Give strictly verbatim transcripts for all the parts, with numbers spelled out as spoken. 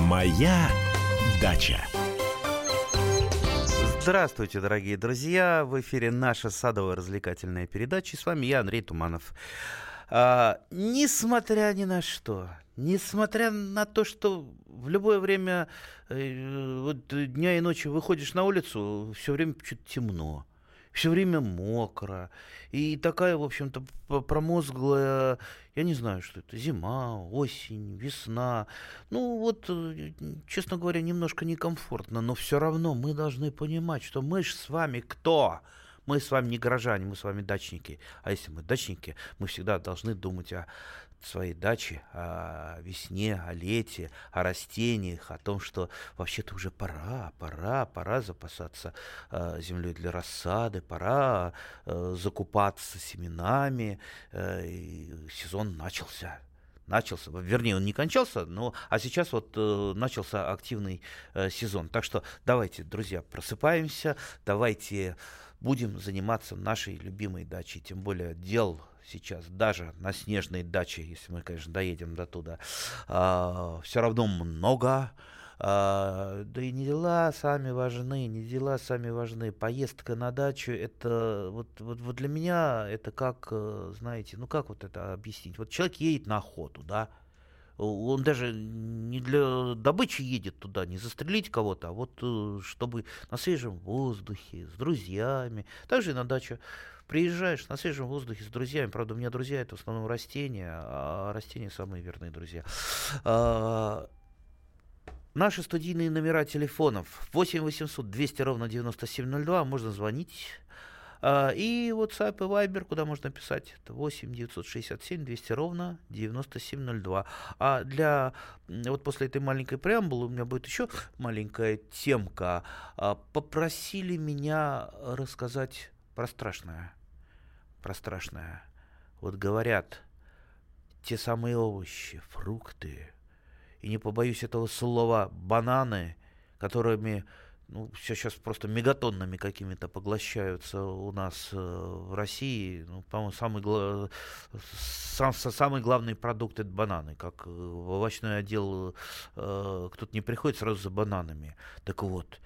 Моя дача. Здравствуйте, дорогие друзья! В эфире наша садовая развлекательная передача. И с вами я, Андрей Туманов. А, несмотря ни на что, несмотря на то, что в любое время э, вот, дня и ночи выходишь на улицу, все время что-то темно. Все время мокро. И такая, в общем-то, промозглая, я не знаю, что это, зима, осень, весна. Ну, вот, честно говоря, немножко некомфортно, но все равно мы должны понимать, что мы ж с вами кто? Мы с вами не горожане, мы с вами дачники. А если мы дачники, мы всегда должны думать о своей даче, о весне, о лете, о растениях, о том, что вообще-то уже пора, пора, пора запасаться э, землей для рассады, пора э, закупаться семенами, э, и сезон начался. Начался, вернее, он не кончался, но а сейчас вот э, начался активный э, сезон. Так что давайте, друзья, просыпаемся, давайте будем заниматься нашей любимой дачей, тем более дел сейчас даже на снежной даче, если мы, конечно, доедем до туда, э, все равно много. А, да и не дела сами важны, не дела сами важны. Поездка на дачу, это вот, вот, вот для меня это как, знаете, ну как вот это объяснить? Вот человек едет на охоту, да, он даже не для добычи едет туда, не застрелить кого-то, а вот чтобы на свежем воздухе, с друзьями. Также и на дачу приезжаешь на свежем воздухе с друзьями. Правда, у меня друзья — это в основном растения, а растения самые верные друзья. Наши студийные номера телефонов восемь восемьсот двести ровно девяносто семь ноль два, можно звонить. И WhatsApp и Viber, куда можно писать, это восемь девятьсот шестьдесят семь двести ровно девяносто семь ноль два. А для, вот после этой маленькой преамбулы у меня будет еще маленькая темка. Попросили меня рассказать про страшное. Про страшное. Вот говорят, те самые овощи, фрукты, и не побоюсь этого слова, бананы, которыми, ну, сейчас просто мегатоннами какими-то поглощаются у нас э, в России. Ну, по-моему, самый, гла... сам, самый главный продукт — это бананы. Как в овощной отдел э, кто-то не приходит сразу за бананами. Так вот,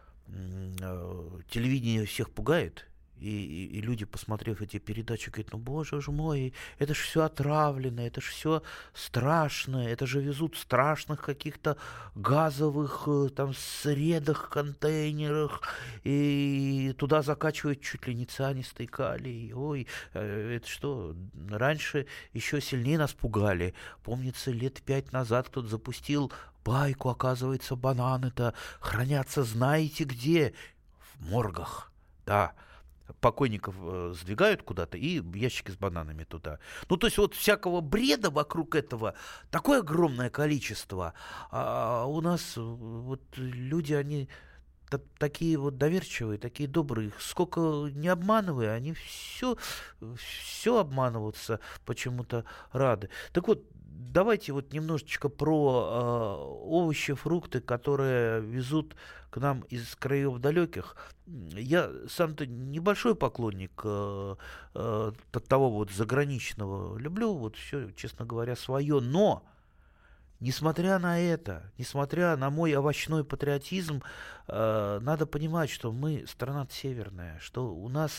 э, телевидение всех пугает. И, и, и люди, посмотрев эти передачи, говорят: ну, боже ж мой, это ж все отравлено, это ж все страшно, это же везут в страшных каких-то газовых там средах, контейнерах, и туда закачивают чуть ли не цианистый калий. Ой, это что, раньше еще сильнее нас пугали. Помнится, лет пять назад кто-то запустил байку, оказывается, бананы-то хранятся знаете где? В моргах, да. Покойников э, сдвигают куда-то и ящики с бананами туда. Ну, то есть вот всякого бреда вокруг этого такое огромное количество. А у нас вот люди, они т- такие вот доверчивые, такие добрые. Сколько не обманывая, они все, все обманываться почему-то рады. Так вот, давайте вот немножечко про э, овощи, фрукты, которые везут к нам из краев далеких. Я сам-то небольшой поклонник э, э, того вот заграничного. Люблю вот все, честно говоря, свое. Но, несмотря на это, несмотря на мой овощной патриотизм, э, надо понимать, что мы страна северная, что у нас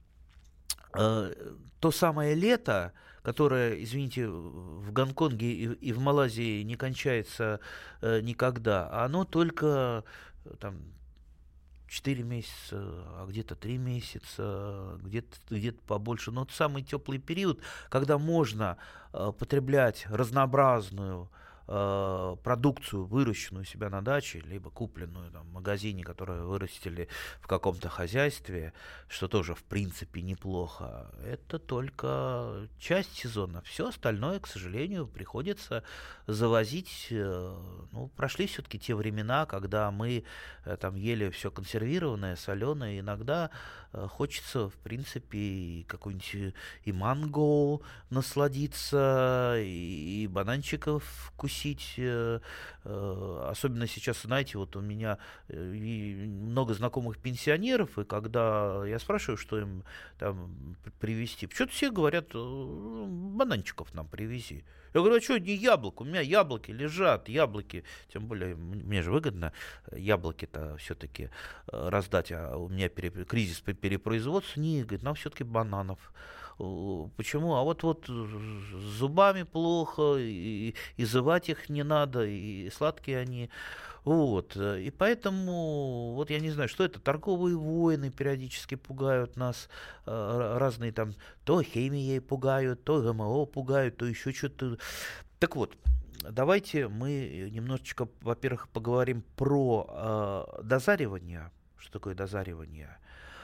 э, то самое лето, которое, извините, в Гонконге и, и в Малайзии не кончается э, никогда, оно только там четыре месяца, а где-то три месяца, где-то, где-то побольше. Но это самый теплый период, когда можно э, потреблять разнообразную э, продукцию, выращенную у себя на даче, либо купленную там, в магазине, которую вырастили в каком-то хозяйстве, что тоже в принципе неплохо. Это только часть сезона. Все остальное, к сожалению, приходится завозить. Э, ну, прошли все-таки те времена, когда мы э, там ели все консервированное, соленое. Иногда э, хочется, в принципе, и какой-нибудь и манго насладиться, и, и бананчиков вкусить. перекусить, особенно сейчас, знаете, вот у меня много знакомых пенсионеров, и когда я спрашиваю, что им там привезти, почему-то все говорят, бананчиков нам привези. Я говорю, а что, не яблок? У меня яблоки лежат, яблоки, тем более, мне же выгодно яблоки-то все-таки раздать, а у меня пере, кризис перепроизводства. Не, говорит, нам все-таки бананов. Почему? А вот вот с зубами плохо, и, и зевать их не надо, и сладкие они. Вот. И поэтому, вот я не знаю, что это, торговые войны периодически пугают нас, разные там, то химией пугают, то ГМО пугают, то еще что-то. Так вот, давайте мы немножечко, во-первых, поговорим про э, дозаривание. Что такое дозаривание?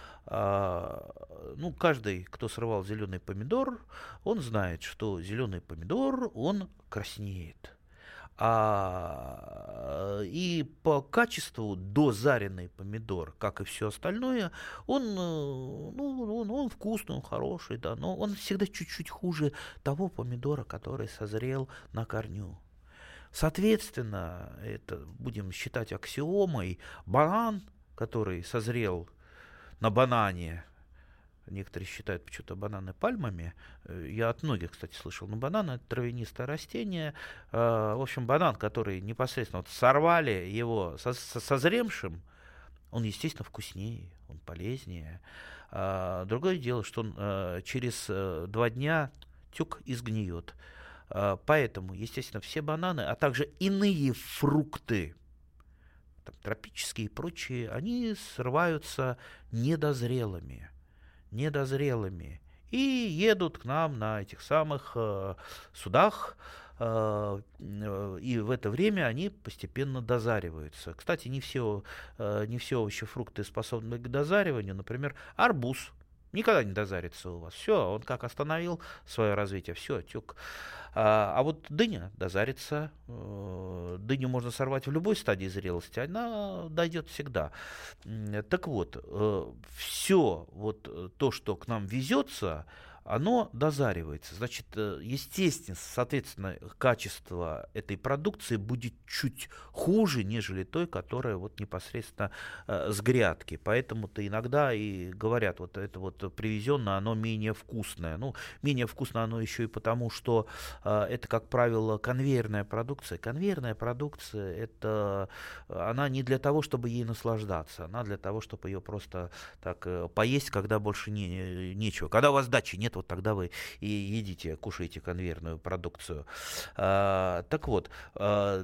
Ну, каждый, кто срывал зеленый помидор, он знает, что зеленый помидор, он краснеет. А, и по качеству дозаренный помидор, как и все остальное, он, ну, он, он вкусный, он хороший, да, но он всегда чуть-чуть хуже того помидора, который созрел на корню. Соответственно, это будем считать аксиомой, банан, который созрел на банане, некоторые считают почему-то бананы пальмами. Я от многих, кстати, слышал. Но банан — это травянистое растение. В общем, банан, который непосредственно вот сорвали его созревшим, он, естественно, вкуснее, он полезнее. Другое дело, что он через два дня тюк и сгниет. Поэтому, естественно, все бананы, а также иные фрукты, там, тропические и прочие, они срываются недозрелыми. недозрелыми и едут к нам на этих самых э, судах, э, э, и в это время они постепенно дозариваются. Кстати, не все, э, не все овощи, фрукты способны к дозариванию. Например, арбуз никогда не дозарится у вас. Все, он как остановил свое развитие, все, тюк. А, а вот дыня дозарится. Дыню можно сорвать в любой стадии зрелости, она дойдет всегда. Так вот, все вот то, что к нам везется, оно дозаривается. Значит, естественно, соответственно, качество этой продукции будет чуть хуже, нежели той, которая вот непосредственно э, с грядки. Поэтому-то иногда и говорят, вот это вот привезенное, оно менее вкусное. Ну, менее вкусно оно еще и потому, что э, это, как правило, конвейерная продукция. Конвейерная продукция, это, она не для того, чтобы ей наслаждаться, она для того, чтобы ее просто так э, поесть, когда больше не, нечего. Когда у вас дачи нет, вот тогда вы и едите, кушаете конвейерную продукцию. А, так вот, а,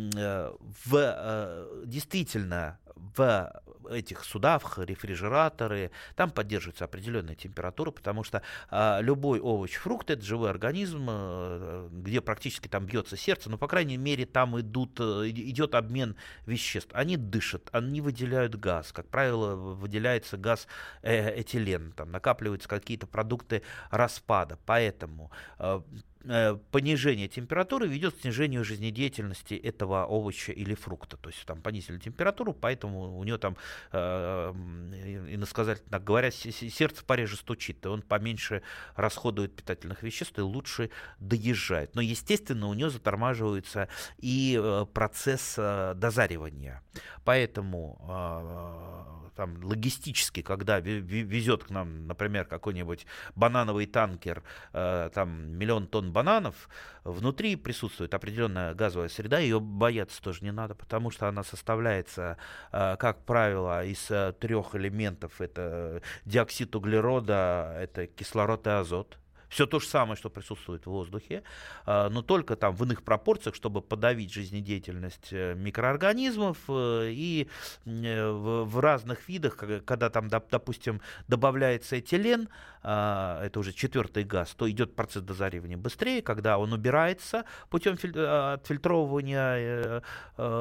в, а, действительно, в этих судах, рефрижераторы, там поддерживается определенная температура, потому что а, любой овощ, фрукт — это живой организм, а, где практически там бьется сердце, но, по крайней мере, там идут, идет обмен веществ. Они дышат, они выделяют газ. Как правило, выделяется газ э, этилен, там накапливаются какие-то продукты распада. Поэтому э, понижение температуры ведет к снижению жизнедеятельности этого овоща или фрукта. То есть там понизили температуру, поэтому у него там, э, иносказательно говоря, сердце пореже стучит, и он поменьше расходует питательных веществ и лучше доезжает. Но, естественно, у него затормаживается и процесс дозаривания. Поэтому э, там, логистически, когда везет к нам, например, какой-нибудь банановый танкер, э, там миллион тонн бананов, внутри присутствует определенная газовая среда, ее бояться тоже не надо, потому что она составляется, как правило, из трех элементов: это диоксид углерода, это кислород и азот. Все то же самое, что присутствует в воздухе, но только там в иных пропорциях, чтобы подавить жизнедеятельность микроорганизмов. И в разных видах, когда там, допустим, добавляется этилен, это уже четвертый газ, то идет процесс дозаривания быстрее. Когда он убирается путем отфильтровывания,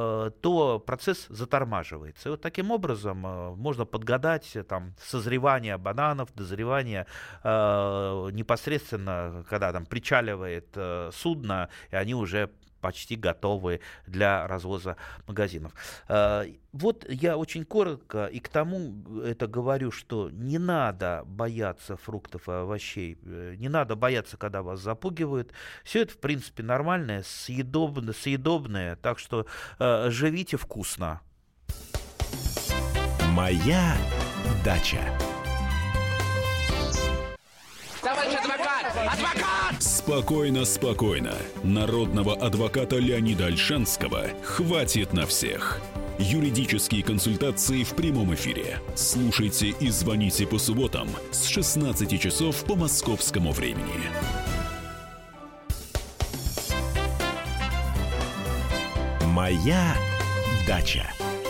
то процесс затормаживается. И вот таким образом можно подгадать там созревание бананов, дозревание непосредственно непосредственно, когда там причаливает э, судно, и они уже почти готовы для развоза магазинов. Вот я очень коротко и к тому это говорю, что не надо бояться фруктов и овощей, не надо бояться, когда вас запугивают. Все это, в принципе, нормальное, съедобное, съедобное, так что э, живите вкусно. Моя дача. Товарищ адвокат! Адвокат! Спокойно, спокойно. Народного адвоката Леонида Ольшанского хватит на всех. Юридические консультации в прямом эфире. Слушайте и звоните по субботам с шестнадцати часов по московскому времени. Моя дача.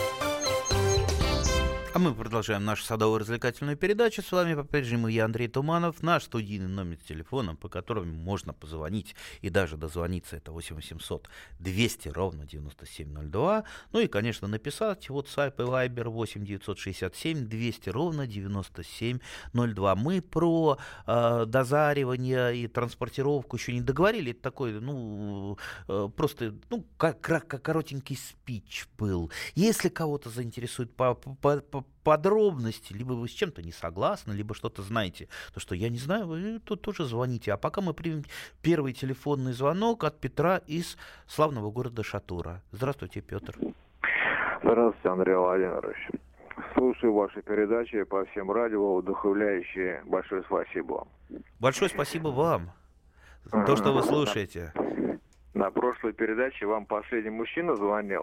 А мы продолжаем нашу садово-развлекательную передачу. С вами по-прежнему я, Андрей Туманов. Наш студийный номер телефона, по которому можно позвонить и даже дозвониться, это восемь восемьсот двести ровно девяносто семь ноль два. Ну и, конечно, написать WhatsApp и Viber восемь девятьсот шестьдесят семь двести ровно девяносто семь ноль два. Мы про э, дозаривание и транспортировку еще не договорили. Это такой, ну, э, просто, ну, как, как коротенький спич был. Если кого-то заинтересует по, по, по подробности, либо вы с чем-то не согласны, либо что-то знаете, то что я не знаю, вы тут тоже звоните. А пока мы примем первый телефонный звонок от Петра из славного города Шатура. Здравствуйте, Петр. Здравствуйте, Андрей Владимирович. Слушаю ваши передачи по всем радио, вдохновляющие. Большое спасибо вам. Большое спасибо вам за то, что вы слушаете. На, на прошлой передаче вам последний мужчина звонил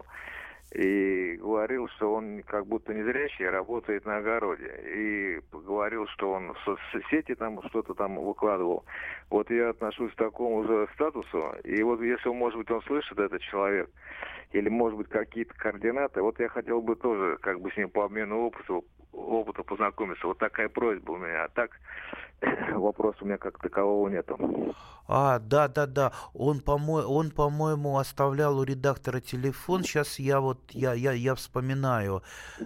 и говорил, что он как будто незрячий, работает на огороде. И говорил, что он в соцсети там что-то там выкладывал. Вот я отношусь к такому же статусу. И вот если, может быть, он слышит, этот человек, или, может быть, какие-то координаты, вот я хотел бы тоже как бы с ним по обмену опыта, опыта познакомиться. Вот такая просьба у меня. А так вопроса у меня как такового нету. А, да, да, да. Он, по-моему, он, по-моему, оставлял у редактора телефон. Сейчас я вот, я, я, я вспоминаю.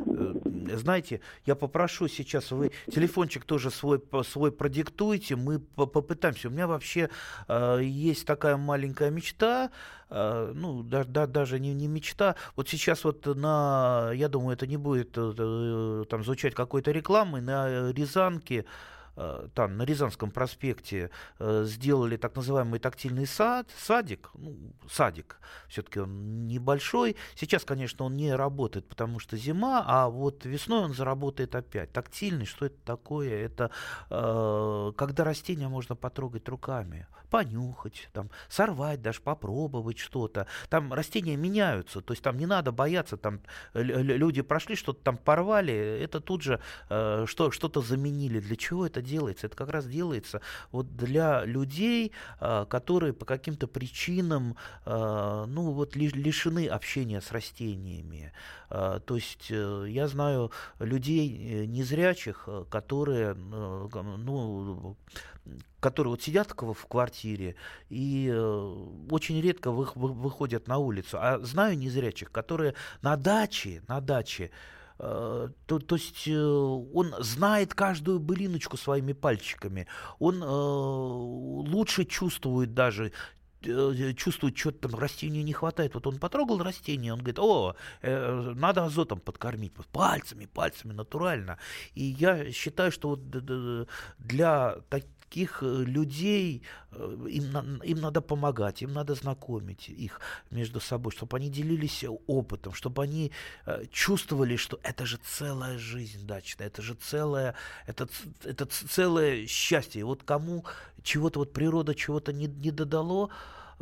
Знаете, я попрошу сейчас, вы телефончик тоже свой, свой продиктуйте, мы попытаемся. У меня вообще э, есть такая маленькая мечта, э, ну, да, да, даже не, не мечта. Вот сейчас вот на, я думаю, это не будет э, там звучать какой-то рекламой, на Рязанке, там на Рязанском проспекте э, сделали так называемый тактильный сад, садик, ну, садик, все-таки он небольшой. Сейчас, конечно, он не работает, потому что зима, а вот весной он заработает опять. Тактильный, что это такое? Это э, когда растения можно потрогать руками, понюхать, там, сорвать, даже попробовать что-то. Там растения меняются, то есть там не надо бояться, там люди прошли, что-то там порвали, это тут же э, что, что-то заменили. Для чего это делается? Это как раз делается вот для людей, э, которые по каким-то причинам э, ну, вот лишены общения с растениями. Э, то есть э, я знаю людей незрячих, которые, э, ну, которые вот сидят в квартире и э, очень редко вы, вы, выходят на улицу. А знаю незрячих, которые на даче, на даче, э, то, то есть э, он знает каждую былиночку своими пальчиками, он э, лучше чувствует даже, чувствует, что-то там растению не хватает. Вот он потрогал растение, он говорит: о, э, надо азотом подкормить. Пальцами, пальцами, натурально. И я считаю, что вот для таких людей им, им надо помогать, им надо знакомить их между собой, чтобы они делились опытом, чтобы они чувствовали, что это же целая жизнь дачная, это же целое, это, это целое счастье. И вот кому чего-то вот природа чего-то не, не додало,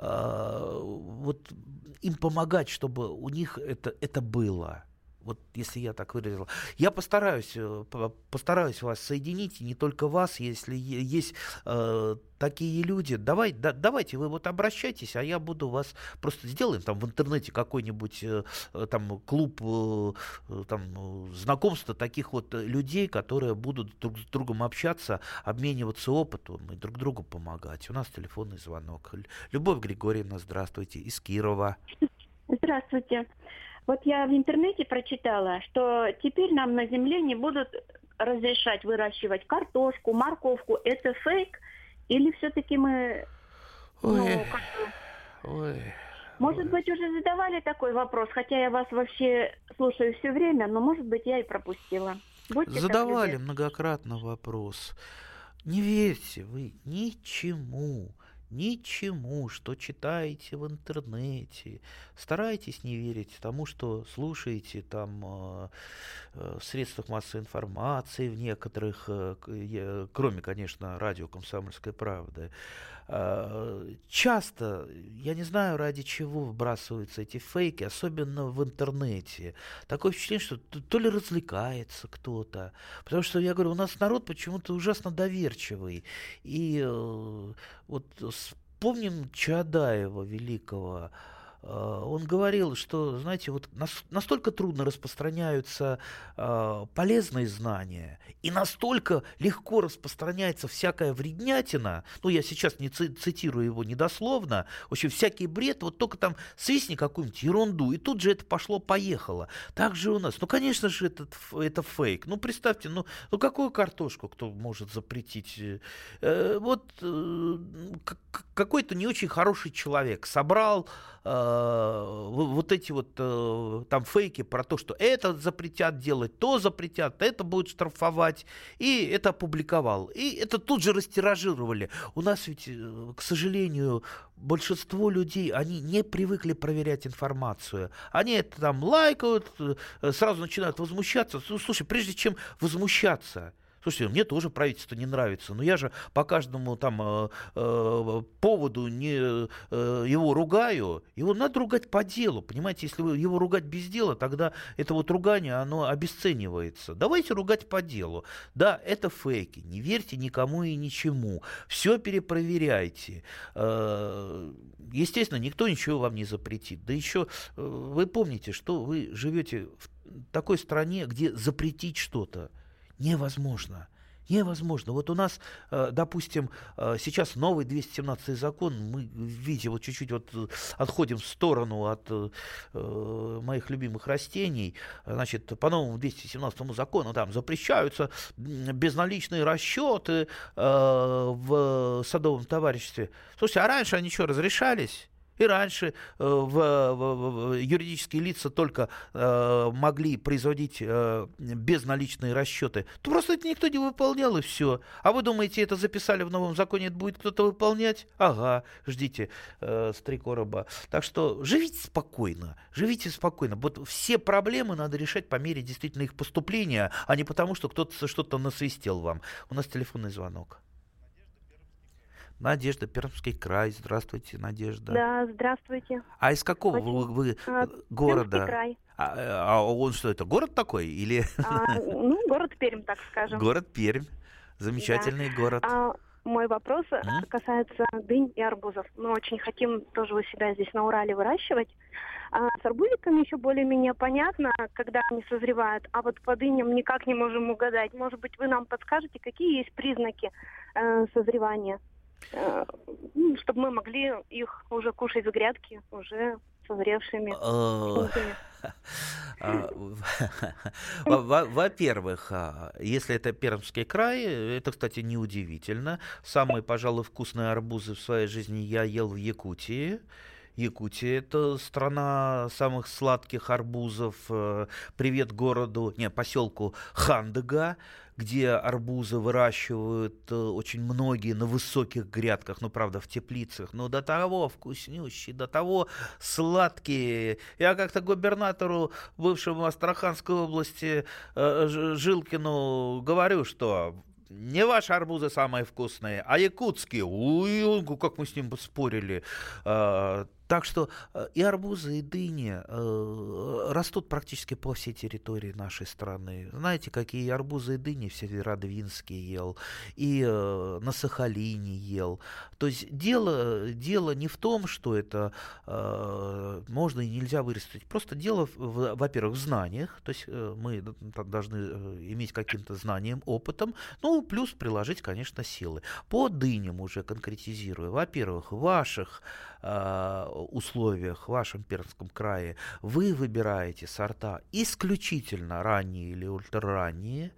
вот им помогать, чтобы у них это, это было. Вот если я так выразил. Я постараюсь, постараюсь вас соединить, и не только вас, если есть э, такие люди. Давай, да, давайте вы вот обращайтесь, а я буду вас просто сделаем там в интернете какой-нибудь э, там клуб э, там знакомства таких вот людей, которые будут друг с другом общаться, обмениваться опытом и друг другу помогать. У нас телефонный звонок. Любовь Григорьевна, здравствуйте, из Кирова. Здравствуйте. Вот я в интернете прочитала, что теперь нам на земле не будут разрешать выращивать картошку, морковку. Это фейк Или все-таки мы... Ну, Ой, как бы, ой. может быть, уже задавали такой вопрос, хотя я вас вообще слушаю все время, но, может быть, я и пропустила. Будьте так Задавали любезны. многократно вопрос. Не верьте вы ничему, ничему, что читаете в интернете. Старайтесь не верить тому, что слушаете там э, э, в средствах массовой информации, в некоторых, э, к- е- кроме, конечно, радио «Комсомольская правда». Э, Часто, я не знаю, ради чего вбрасываются эти фейки, особенно в интернете. Такое впечатление, что т- то ли развлекается кто-то. Потому что, я говорю, у нас народ почему-то ужасно доверчивый. И э, вот вспомним Чаадаева великого. Э, Он говорил, что, знаете, вот нас- настолько трудно распространяются э, полезные знания, и настолько легко распространяется всякая вреднятина. Ну, я сейчас не ци- цитирую его недословно. В общем, всякий бред, вот только там свистни какую-нибудь ерунду, и тут же это пошло-поехало. Так же у нас. Ну, конечно же, этот, ф- это фейк. Ну, представьте, ну, ну какую картошку кто может запретить? Э, э, вот э, к- к- какой-то не очень хороший человек собрал э, во- вот эти вот э, там фейки про то, что это запретят делать, то запретят, это будет штрафовать, и это опубликовал. И это тут же растиражировали. У нас ведь, э, к сожалению, большинство людей, они не привыкли проверять информацию. Они это там лайкают, э, сразу начинают возмущаться. Слу- Слушай, прежде чем возмущаться, слушайте, мне тоже правительство не нравится, но я же по каждому там э, э, поводу не э, его ругаю. Его надо ругать по делу, понимаете? Если вы его ругать без дела, тогда это вот ругание, оно обесценивается. Давайте ругать по делу. Да, это фейки, не верьте никому и ничему. Все перепроверяйте. Э, Естественно, никто ничего вам не запретит. Да еще э, вы помните, что вы живете в такой стране, где запретить что-то невозможно. Невозможно. Вот у нас, э, допустим, э, сейчас новый двести семнадцатый закон, мы, видите, вот чуть-чуть вот э, отходим в сторону от э, э, моих любимых растений. Значит, по новому двести семнадцатому закону там запрещаются м, безналичные расчеты э, в садовом товариществе. Слушайте, а раньше они что, разрешались? И раньше э, в, в- в- юридические лица только э, могли производить э, безналичные расчеты. То просто это никто не выполнял, и все. А вы думаете, это записали в новом законе, это будет кто-то выполнять? Ага, ждите э, с три короба. Так что живите спокойно, живите спокойно. Вот все проблемы надо решать по мере действительно их поступления, а не потому, что кто-то что-то насвистел вам. У нас телефонный звонок. Надежда, Пермский край. Здравствуйте, Надежда. Да, здравствуйте. А из какого Очень, вы, вы а, города? Пермский край. А, а он что, это город такой? Или А, ну, город Пермь, так скажем. город Пермь? Замечательный город. А, мой вопрос э, М? касается дынь и арбузов. Мы очень хотим тоже у себя здесь на Урале выращивать. А с арбузиками еще более-менее понятно, когда они созревают, а вот по дыням никак не можем угадать. Может быть, вы нам подскажете, какие есть признаки э, созревания, э, ну, чтобы мы могли их уже кушать с грядки, уже созревшими. Э, Вкусными. а, во- во- Во-первых, а, если это Пермский край, это, кстати, неудивительно. Самые, пожалуй, вкусные арбузы в своей жизни я ел в Якутии. Якутия — это страна самых сладких арбузов. Э, Привет городу, не, поселку Хандыга, где арбузы выращивают э, очень многие на высоких грядках, ну, правда, в теплицах, но до того вкуснющие, до того сладкие. Я как-то губернатору, бывшему Астраханской области, э, Ж- Жилкину говорю, что не ваши арбузы самые вкусные, а якутские. Ой, как мы с ним спорили. А, Так что э, и арбузы, и дыни э, растут практически по всей территории нашей страны. Знаете, какие арбузы и дыни в Северодвинске ел, и э, на Сахалине ел. То есть дело, дело не в том, что это э, можно и нельзя вырастить. Просто дело, в, в- во-первых, в знаниях. То есть э, мы д- д- должны э, иметь каким-то знанием, опытом. Ну, плюс приложить, конечно, силы. По дыням уже конкретизирую. Во-первых, в ваших э, условиях, в вашем Пермском крае вы выбираете сорта исключительно ранние или ультраранние.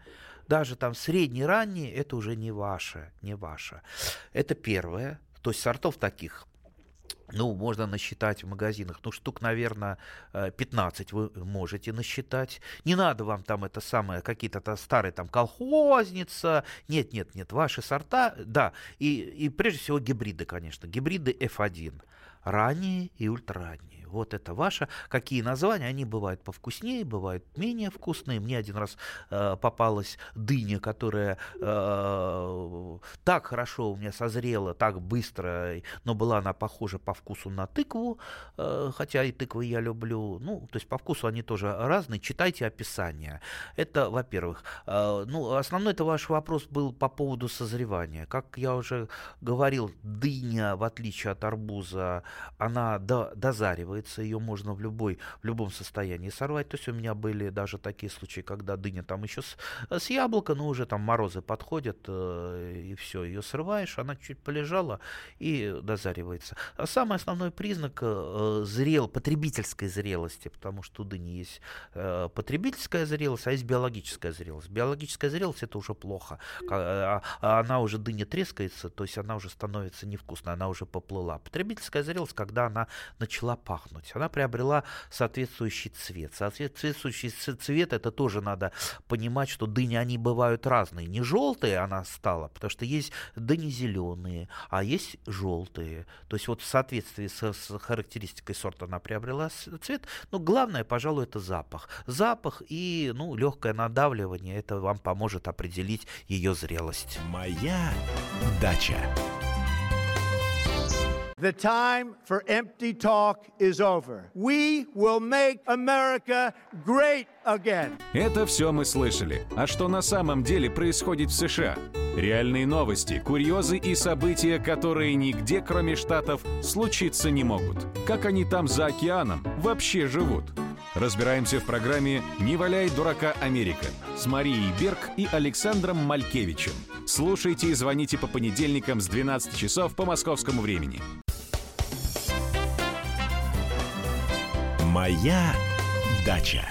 даже там средний, ранний, это уже не ваше, не ваше. Это первое. То есть сортов таких, ну, можно насчитать в магазинах, ну, штук, наверное, пятнадцать вы можете насчитать. Не надо вам там это самое, какие-то старые там колхозница. Нет, нет, нет, ваши сорта, да. И, и прежде всего гибриды, конечно. Гибриды эф один. Ранние и ультраранние. Вот это ваше. Какие названия? Они бывают повкуснее, бывают менее вкусные. Мне один раз э, попалась дыня, которая э, так хорошо у меня созрела, так быстро, но была она похожа по вкусу на тыкву, э, хотя и тыквы я люблю. Ну, то есть по вкусу они тоже разные. Читайте описание. Это, во-первых. Э, ну, основной это ваш вопрос был по поводу созревания. Как я уже говорил, дыня, в отличие от арбуза, она до, дозаривается, ее можно в, любой, в любом состоянии сорвать. То есть у меня были даже такие случаи, когда дыня там еще с, с яблока, но уже там морозы подходят, э, и все, ее срываешь, она чуть полежала и дозаривается. А самый основной признак э, зрел, потребительской зрелости, потому что у дыни есть э, потребительская зрелость, а есть биологическая зрелость. Биологическая зрелость — это уже плохо. А, а она уже, дыня трескается, то есть она уже становится невкусной, она уже поплыла. Потребительская зрелость, когда она начала пахнуть. Она приобрела соответствующий цвет. Соответствующий цвет, это тоже надо понимать, что дыни, они бывают разные. Не желтые она стала, потому что есть дыни зеленые, а есть желтые. То есть вот в соответствии с, с характеристикой сорта она приобрела цвет. Но главное, пожалуй, это запах. Запах и, ну, легкое надавливание, это вам поможет определить ее зрелость. Моя дача. The time for empty talk is over. We will make America great again. Это все мы слышали. А что на самом деле происходит в США? Реальные новости, курьезы и события, которые нигде, кроме Штатов, случиться не могут. Как они там за океаном вообще живут? Разбираемся в программе «Не валяй дурака, Америка» с Марией Берг и Александром Малькевичем. Слушайте и звоните по понедельникам с двенадцати часов по московскому времени. Моя дача.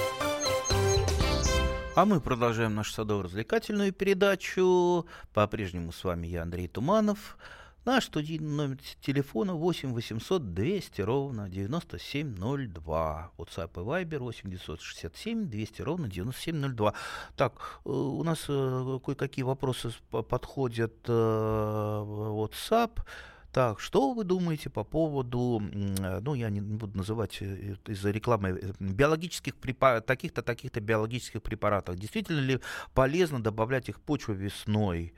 А мы продолжаем нашу садово-развлекательную передачу. По-прежнему с вами я, Андрей Туманов. Наш студийный номер телефона восемь восемьсот двести ровно девяносто семь ноль два. WhatsApp и Viber восемь девятьсот шестьдесят семь двести ровно девяносто семь ноль два. Так, у нас кое-какие вопросы подходят в WhatsApp. Так, что вы думаете по поводу, ну, я не буду называть из-за рекламы, биологических препаратов, таких-то, таких-то биологических препаратов? Действительно ли полезно добавлять их в почву весной?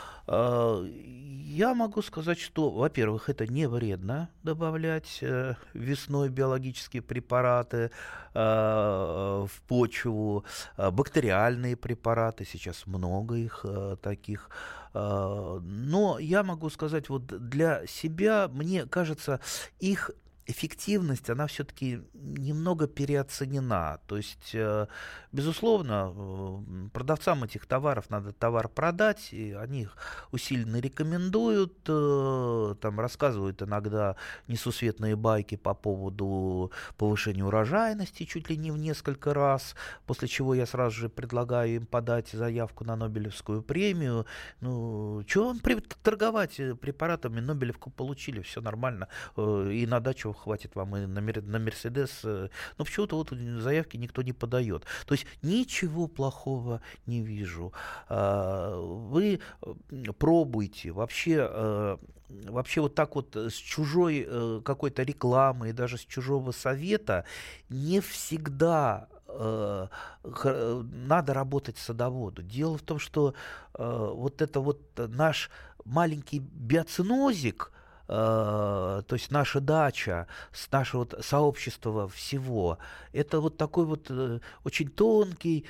Я могу сказать, что, во-первых, это не вредно добавлять весной биологические препараты в почву, бактериальные препараты, сейчас много их таких. Но я могу сказать, вот для себя, мне кажется, их эффективность, она все-таки немного переоценена. То есть, безусловно, продавцам этих товаров надо товар продать, и они их усиленно рекомендуют, там рассказывают иногда несусветные байки по поводу повышения урожайности чуть ли не в несколько раз, после чего я сразу же предлагаю им подать заявку на Нобелевскую премию. Ну, чего вам торговать препаратами? Нобелевку получили, все нормально, и на дачу хватит вам, и на, на Мерседес, но почему-то вот заявки никто не подает. То есть ничего плохого не вижу. Вы пробуйте. Вообще, вообще вот так вот с чужой какой-то рекламы и даже с чужого совета не всегда надо работать садоводу. Дело в том, что вот это вот наш маленький биоценозик, то есть наша дача, нашего вот сообщества всего, это вот такой вот очень тонкий,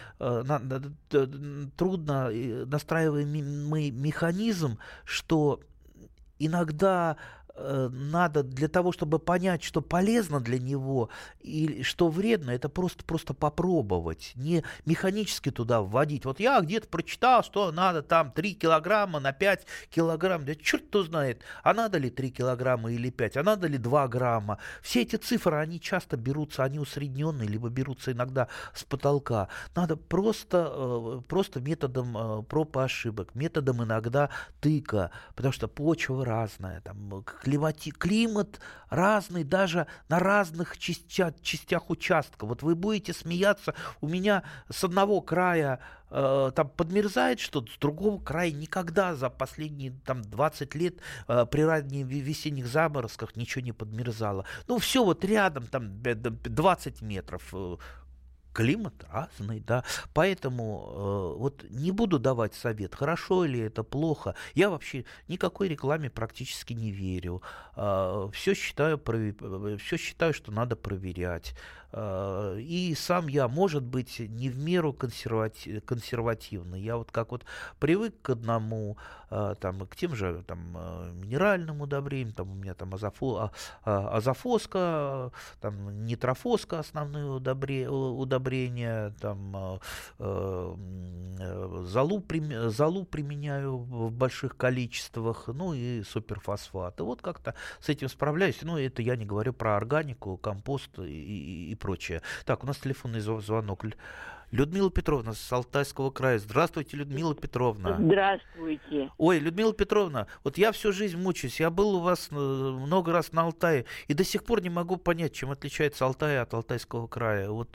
трудно настраиваемый механизм, что иногда э, надо для того, чтобы понять, что полезно для него и что вредно, это просто, просто попробовать, не механически туда вводить. Вот я где-то прочитал, что надо там три килограмма на пять килограмм. Да черт кто знает, а надо ли три килограмма или пять, а надо ли два грамма. Все эти цифры, они часто берутся, они усредненные, либо берутся иногда с потолка. Надо просто, просто методом проб и ошибок, методом иногда тыка, потому что почва разная, там, климати, климат разный даже на разных частях, частях участка. Вот вы будете смеяться, у меня с одного края э, там подмерзает что-то, с другого края никогда за последние там, двадцать лет э, при ранних весенних заморозках ничего не подмерзало. Ну, все вот рядом, там двадцать метров. Э, Климат разный, да, поэтому э, вот не буду давать совет, хорошо или это плохо. Я вообще никакой рекламе практически не верю. Э, все считаю, все считаю, что надо проверять. Э, и сам я, может быть, не в меру консервати- консервативный. Я вот как вот привык к одному, э, там, к тем же там, э, минеральным удобрениям, там у меня там азофо, а, азофоска, там, нитрофоска, основные удобрения, удобрения, там, э, э, золу, при, золу применяю в больших количествах, ну и суперфосфаты. Вот как-то с этим справляюсь. Ну, это я не говорю про органику, компост и, и, и прочее. Так, у нас телефонный звонок. Людмила Петровна с Алтайского края. Здравствуйте, Людмила Петровна. Здравствуйте. Ой, Людмила Петровна, вот я всю жизнь мучаюсь. Я был у вас много раз на Алтае и до сих пор не могу понять, чем отличается Алтай от Алтайского края. Вот,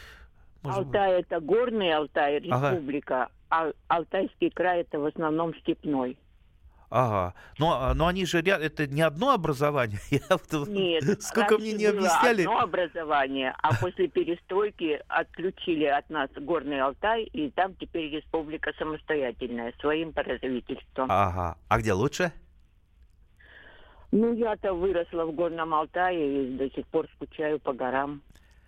Алтай быть... это горный Алтай, республика, ага. а Алтайский край это в основном степной. Ага. Но, но они же ряд... это не одно образование. Я... Нет. Сколько мне не объясняли. Одно образование, а после перестройки отключили от нас Горный Алтай, и там теперь республика самостоятельная, своим правительством. Ага. А где лучше? Ну, я-то выросла в Горном Алтае и до сих пор скучаю по горам.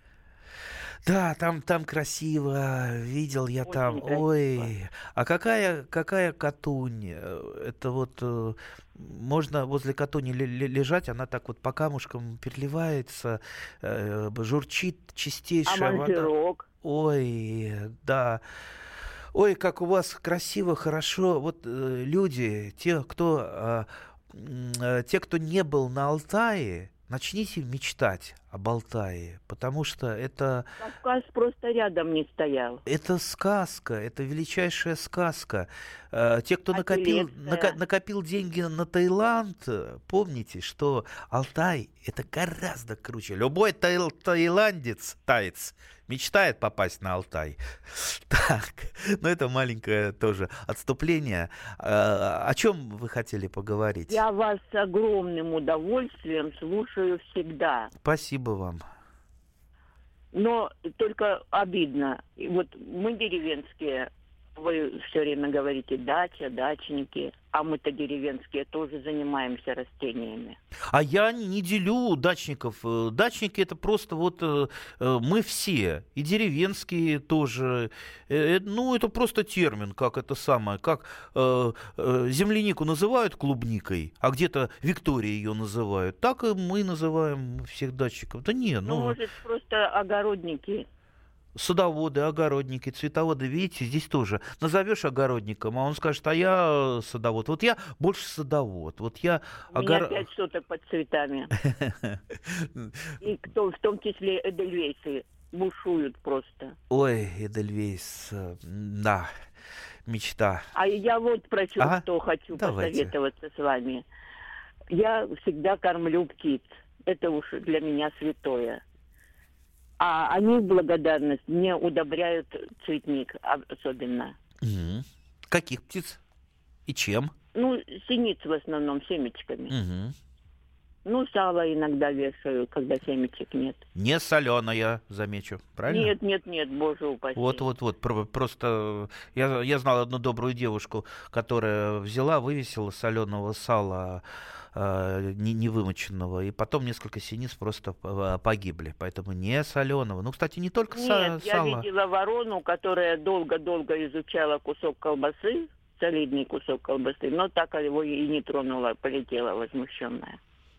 Да, там, там красиво, видел я Очень там. красиво. Ой, а какая, какая Катунь? Это вот можно возле Катуни лежать, она так вот по камушкам переливается, журчит чистейшая а вода. Ой, да. Ой, как у вас красиво, хорошо. Вот люди, те, кто, те, кто не был на Алтае, начните мечтать об Алтае, потому что это... Кавказ просто рядом не стоял. Это сказка, это величайшая сказка. Те, кто накопил, нако, накопил деньги на Таиланд, помните, что Алтай — это гораздо круче. Любой таил, таиландец, таец, мечтает попасть на Алтай. Так, ну это маленькое тоже отступление. О чем вы хотели поговорить? Я вас с огромным удовольствием слушаю всегда. Спасибо вам. Но только обидно. Вот мы деревенские, вы все время говорите дача, дачники, а мы-то деревенские тоже занимаемся растениями. А я не, не делю дачников. Дачники — это просто вот э, мы все, и деревенские тоже. Э, ну, это просто термин, как это самое, как э, э, землянику называют клубникой, а где-то Виктория ее называют, так и мы называем всех дачников. Да не, ну... Ну, может, просто огородники... Садоводы, огородники, цветоводы, видите, здесь тоже. Назовешь огородником, а он скажет, а я садовод. Вот я больше садовод. Вот я У огор... меня пять соток под цветами. И кто, в том числе эдельвейсы бушуют просто. Ой, эдельвейс, да, мечта. А я вот про что, ага. что хочу Давайте. посоветоваться с вами. Я всегда кормлю птиц. Это уж для меня святое. А они в благодарность мне удобряют цветник особенно. Угу. Каких птиц? И чем? Ну, синиц в основном, семечками. Угу. Ну, сало иногда вешаю, когда семечек нет. Не соленое, замечу, правильно? Нет, нет, нет, боже упаси. Вот-вот-вот, просто я, я знал одну добрую девушку, которая взяла, вывесила соленого сала невымоченного, и потом несколько синиц просто погибли, поэтому не соленого. Ну, кстати, не только Нет, са- я сало. Нет, я видела ворону, которая долго-долго изучала кусок колбасы, солидный кусок колбасы, но так его и не тронула, полетела возмущенная.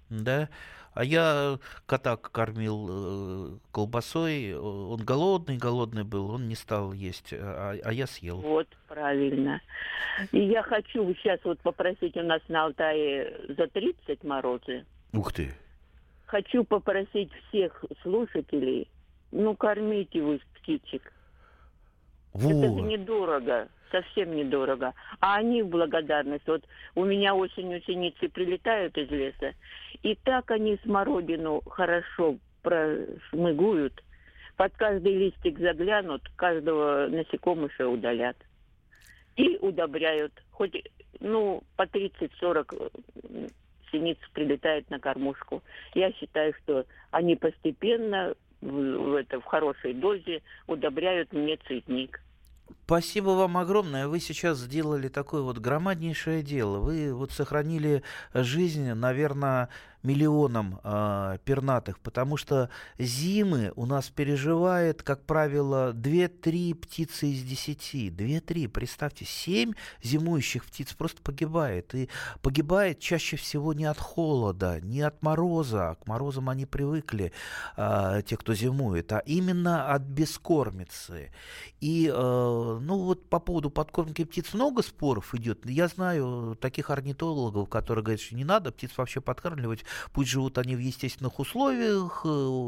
Да. А я кота кормил э, колбасой, он голодный, голодный был, он не стал есть, а, а я съел. Вот, правильно. И я хочу сейчас вот попросить, у нас на Алтае за тридцать морозы. Ух ты. Хочу попросить всех слушателей, ну, кормите вы птичек. Вот. Это же недорого, совсем недорого. А они в благодарность. Вот у меня осенью синицы прилетают из леса, и так они смородину хорошо прошмыгуют, под каждый листик заглянут, каждого насекомыша удалят. И удобряют. Хоть, ну, по тридцать-сорок синиц прилетает на кормушку. Я считаю, что они постепенно в, в, это, в хорошей дозе удобряют мне цветник. Спасибо вам огромное. Вы сейчас сделали такое вот громаднейшее дело. Вы вот сохранили жизнь, наверное, миллионам э, пернатых, потому что зимы у нас переживает, как правило, две-три птицы из десяти. две-три, представьте, семь зимующих птиц просто погибает. И погибает чаще всего не от холода, не от мороза, к морозам они привыкли, э, те, кто зимует, а именно от бескормицы. И, э, ну вот по поводу подкормки птиц много споров идет. Я знаю таких орнитологов, которые говорят, что не надо птиц вообще подкармливать, пусть живут они в естественных условиях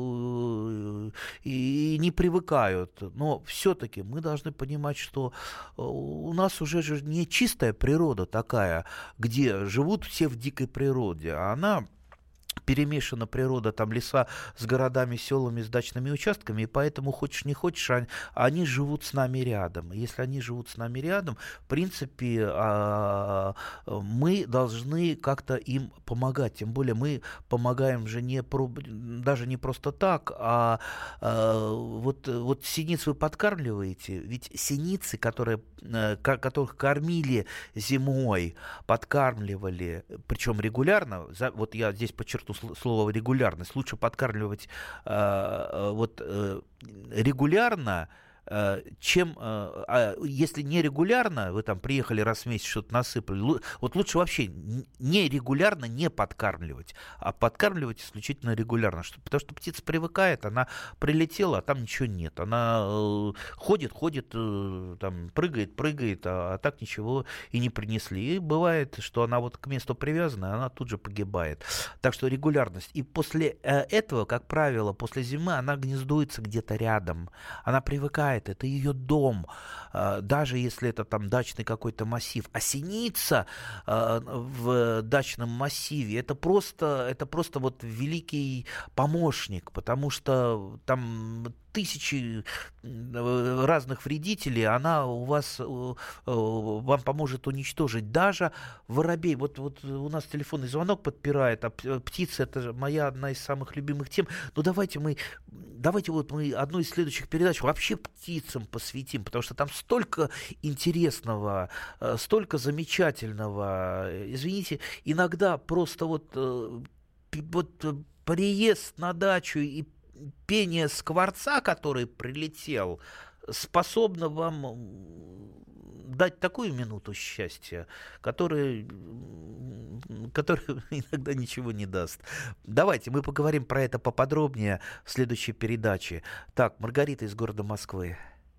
и не привыкают. Но все-таки мы должны понимать, что у нас уже же не чистая природа такая, где живут все в дикой природе, а она... перемешана природа, там леса с городами, селами, с дачными участками, и поэтому, хочешь не хочешь, они, они живут с нами рядом. И если они живут с нами рядом, в принципе, а, мы должны как-то им помогать. Тем более мы помогаем же не про, даже не просто так, а, а вот, вот синиц вы подкармливаете, ведь синицы, которые, которых кормили зимой, подкармливали, причем регулярно, вот я здесь подчеркну слово регулярность, лучше подкармливать э, вот э, регулярно, э, чем э, а если нерегулярно, вы там приехали раз в месяц, что-то насыпали, вот лучше вообще нерегулярно не подкармливать, а подкармливать исключительно регулярно, что, потому что птица привыкает, она прилетела, а там ничего нет, она э, ходит, ходит, э, там, прыгает, прыгает, а, а так ничего и не принесли. И бывает, что она вот к месту привязана, она тут же погибает. Так что регулярность. И после э, этого, как правило, после зимы она гнездуется где-то рядом, она привыкает, это ее дом, э, даже если это там дачный какой-то массив. А синица э, в дачном массиве это просто, это просто вот великий помощник, потому что там тысячи разных вредителей, она у вас, вам поможет уничтожить. Даже воробей, вот, вот у нас телефонный звонок подпирает, а птицы — это моя одна из самых любимых тем. Ну давайте мы, давайте вот мы одну из следующих передач вообще птицам посвятим, потому что там столько интересного, столько замечательного. Извините, иногда просто вот, вот приезд на дачу и пение скворца, который прилетел, способно вам дать такую минуту счастья, которая, которая иногда ничего не даст. Давайте мы поговорим про это поподробнее в следующей передаче. Так, Маргарита из города Москвы.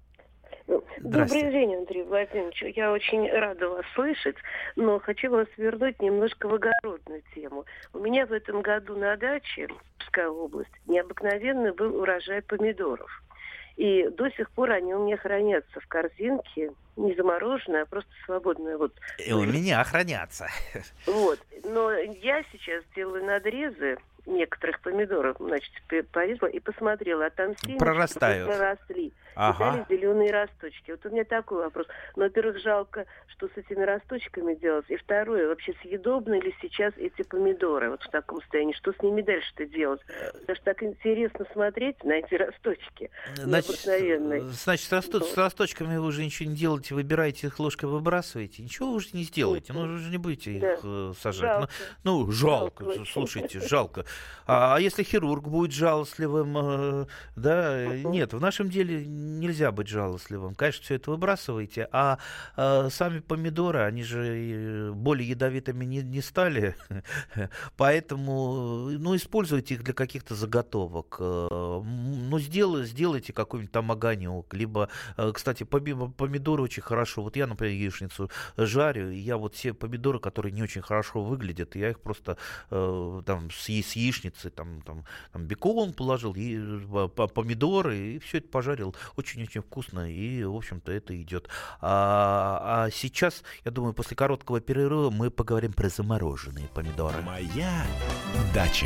Добрый день, Андрей Владимирович. Я очень рада вас слышать, но хочу вас вернуть немножко в огородную тему. У меня в этом году на даче, Пская область, необыкновенный был урожай помидоров. И до сих пор они у меня хранятся в корзинке, не замороженные, а просто свободные. Вот. И у меня хранятся. Вот. Но я сейчас делаю надрезы некоторых помидоров, значит, порезала и посмотрела, а там семечки прорастают. Проросли. Ага. И дали зеленые росточки. Вот у меня такой вопрос. Ну, во-первых, жалко, что с этими росточками делать. И второе, вообще съедобны ли сейчас эти помидоры вот в таком состоянии? Что с ними дальше-то делать? Потому что так интересно смотреть на эти росточки. Значит, значит растут, вот. С росточками вы уже ничего не делаете, выбираете их ложкой, выбрасываете. Ничего вы уже не сделаете. Ну, вы же не будете их да. сажать. Жалко. Ну, ну, жалко. жалко. Слушайте, жалко. А если хирург будет жалостливым, да, нет, в нашем деле нельзя быть жалостливым. Конечно, все это выбрасывайте, а, а сами помидоры, они же более ядовитыми не, не стали, поэтому, ну, используйте их для каких-то заготовок. Ну, сделай, сделайте какой-нибудь там огонек, либо, кстати, помидоры очень хорошо, вот я, например, яичницу жарю, и я вот все помидоры, которые не очень хорошо выглядят, я их просто там с яичницей, Там, там, там бекон положил, и помидоры, и все это пожарил. Очень-очень вкусно, и, в общем-то, это идет. А, а сейчас, я думаю, после короткого перерыва мы поговорим про замороженные помидоры. Моя дача.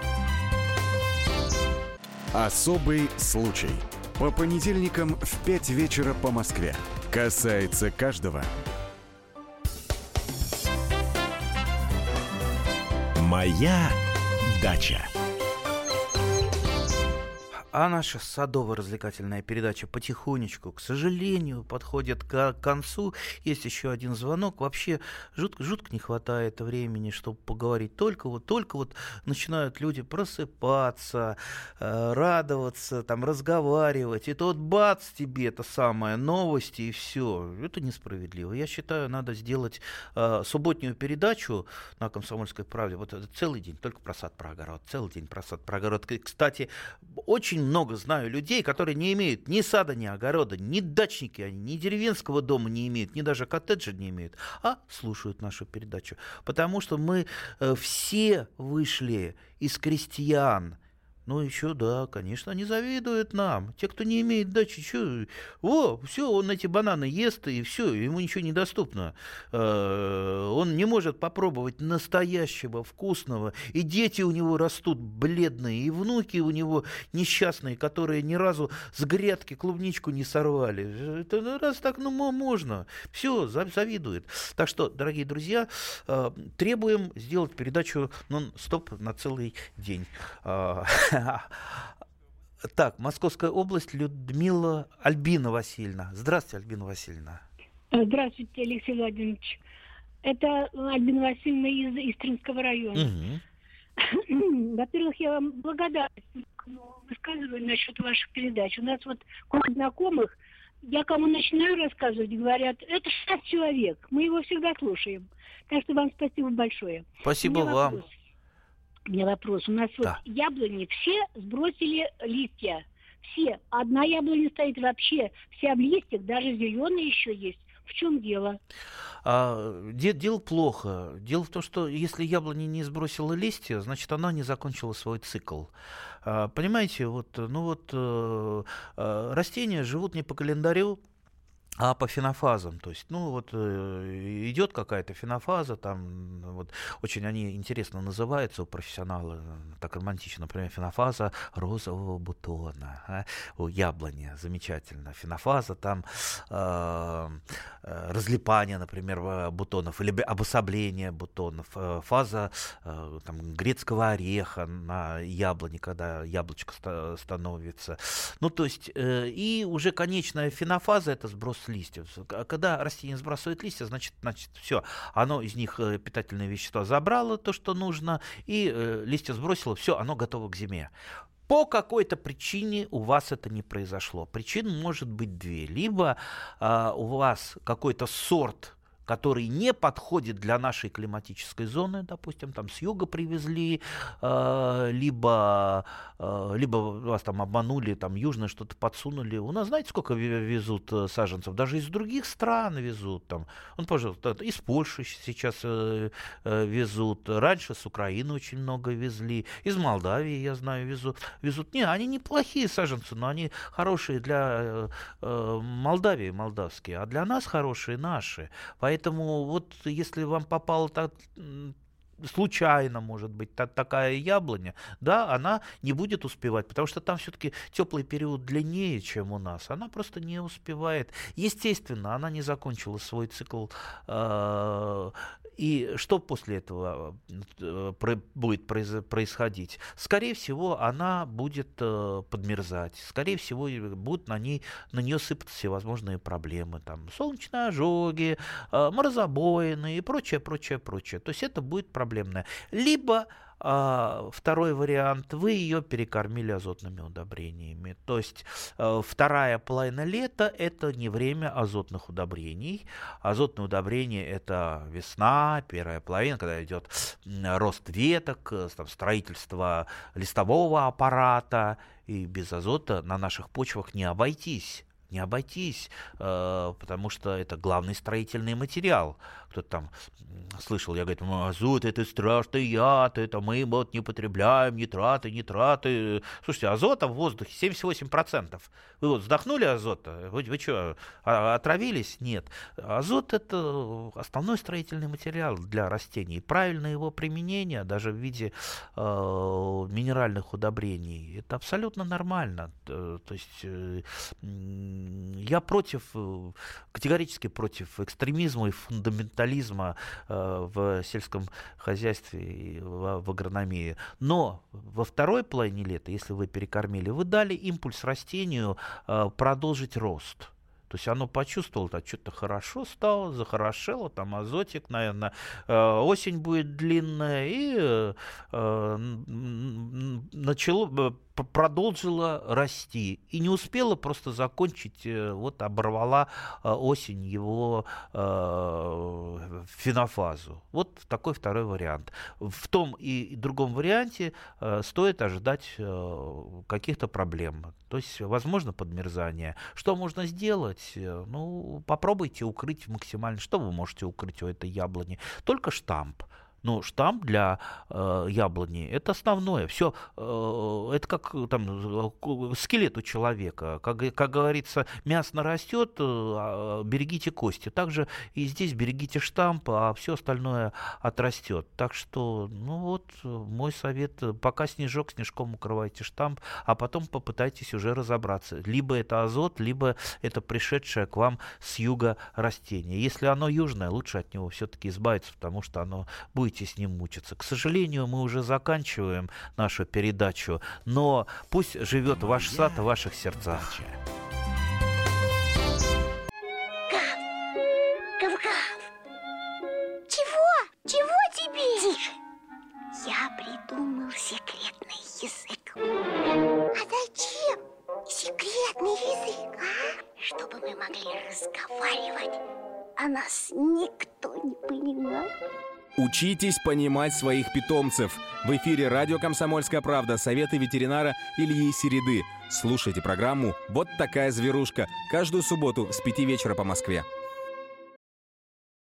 Особый случай. По понедельникам в пять вечера по Москве. Касается каждого. Моя дача. А наша садово-развлекательная передача потихонечку, к сожалению, подходит к концу. Есть еще один звонок. Вообще жутко, жутко не хватает времени, чтобы поговорить. Только вот, только вот начинают люди просыпаться, э, радоваться, там, разговаривать. И то вот бац, тебе это самое, новости и все. Это несправедливо. Я считаю, надо сделать э, субботнюю передачу на «Комсомольской правде». Вот это целый день, только про сад, про огород. Целый день про сад, про огород. Кстати, очень много знаю людей, которые не имеют ни сада, ни огорода, ни дачники они, ни деревенского дома не имеют, ни даже коттеджа не имеют, а слушают нашу передачу. Потому что мы э, все вышли из крестьян. Ну, еще, да, конечно, они завидуют нам. Те, кто не имеет дачи, что, о, все, он эти бананы ест, и все, ему ничего не доступно. Он не может попробовать настоящего, вкусного. И дети у него растут бледные, и внуки у него несчастные, которые ни разу с грядки клубничку не сорвали. Это раз так, ну, можно. Все, завидует. Так что, дорогие друзья, требуем сделать передачу нон-стоп на целый день. Так, Московская область, Людмила Альбина Васильевна. Здравствуйте, Альбина Васильевна. Здравствуйте, Алексей Владимирович. Это Альбина Васильевна из Истринского района. Угу. Во-первых, я вам благодарна за высказывание насчет ваших передач. У нас вот круг знакомых, я кому начинаю рассказывать, говорят, это шесть человек, мы его всегда слушаем. Так что вам спасибо большое. Спасибо вам. Вопрос. У меня вопрос. У нас да. вот яблони все сбросили листья. Все. Одна яблоня стоит вообще. Вся в листьях, даже зеленые еще есть. В чем дело? А, де, дело плохо. Дело в том, что если яблоня не сбросила листья, значит, она не закончила свой цикл. А, понимаете, вот, ну вот э, э, растения живут не по календарю, а по фенофазам, то есть, ну вот э, идет какая-то фенофаза, там вот очень они интересно называются у профессионалов, так романтично, например, фенофаза розового бутона, а? У яблони, замечательно, фенофаза там э, разлипания, например, бутонов или обособления бутонов, фаза э, там, грецкого ореха на яблоне, когда яблочко ста- становится, ну то есть э, и уже конечная фенофаза это сброс листьев. Когда растение сбрасывает листья, значит, значит все, оно из них питательные вещества забрало, то, что нужно, и э, листья сбросило, все, оно готово к зиме. По какой-то причине у вас это не произошло. Причин может быть две. Либо э, у вас какой-то сорт, который не подходит для нашей климатической зоны, допустим, там с юга привезли, э, либо, э, либо вас там обманули, там южное что-то подсунули. У нас, знаете, сколько везут саженцев? Даже из других стран везут. Там, он, пожалуйста, из Польши сейчас э, э, везут. Раньше с Украины очень много везли. Из Молдавии, я знаю, везут. везут. Не, они неплохие саженцы, но они хорошие для э, Молдавии, молдавские, а для нас хорошие наши. Поэтому Поэтому вот если вам попала так, случайно, может быть, та, такая яблоня, да, она не будет успевать, потому что там все-таки теплый период длиннее, чем у нас. Она просто не успевает. Естественно, она не закончила свой цикл. Э- И что после этого будет происходить? Скорее всего, она будет подмерзать. Скорее всего, будут на ней, на нее сыпаться всевозможные проблемы. Там, солнечные ожоги, морозобоины и прочее, прочее, прочее. То есть это будет проблема проблемная. Либо а, второй вариант, вы ее перекормили азотными удобрениями. То есть а, вторая половина лета – это не время азотных удобрений. Азотные удобрения – это весна, первая половина, когда идет рост веток, там, строительство листового аппарата, и без азота на наших почвах не обойтись. Не обойтись, э, потому что это главный строительный материал. Кто-то там слышал, я говорю, азот это страшный яд, это мы вот не потребляем, нитраты, нитраты. Слушайте, азота в воздухе семьдесят восемь процентов. Вы вот вздохнули азота? Вы, вы что, отравились? Нет. Азот это основной строительный материал для растений. Правильное его применение, даже в виде э, минеральных удобрений, это абсолютно нормально. То есть э, я против, категорически против экстремизма и фундаментализма э, в сельском хозяйстве и в, в агрономии. Но во второй половине лета, если вы перекормили, вы дали импульс растению э, продолжить рост. То есть оно почувствовало, что что-то хорошо стало, захорошело, там азотик, наверное, осень будет длинная, и начало, продолжило расти. И не успела просто закончить, вот оборвала осень его фенофазу. Вот такой второй вариант. В том и другом варианте стоит ожидать каких-то проблем. То есть, возможно, подмерзание. Что можно сделать? Ну, попробуйте укрыть максимально. Что вы можете укрыть у этой яблони? Только штамп. Ну, штамп для э, яблони – это основное. Все, э, это как там, скелет у человека. Как, как говорится, мясо нарастет, э, берегите кости. Также и здесь берегите штамп, а все остальное отрастет. Так что, ну вот, мой совет – пока снежок, снежком укрывайте штамп, а потом попытайтесь уже разобраться. Либо это азот, либо это пришедшее к вам с юга растение. Если оно южное, лучше от него все-таки избавиться, потому что оно будет с ним мучиться. К сожалению, мы уже заканчиваем нашу передачу, но пусть живет Моя ваш сад в ваших сердцах. Гав! Гав-гав! Чего? Чего тебе? Тише! Я придумал секретный язык. А зачем секретный язык, а? Чтобы мы могли разговаривать, а нас никто не понимал. Учитесь понимать своих питомцев. В эфире радио «Комсомольская правда». Советы ветеринара Ильи Середы. Слушайте программу «Вот такая зверушка» каждую субботу с пяти вечера по Москве.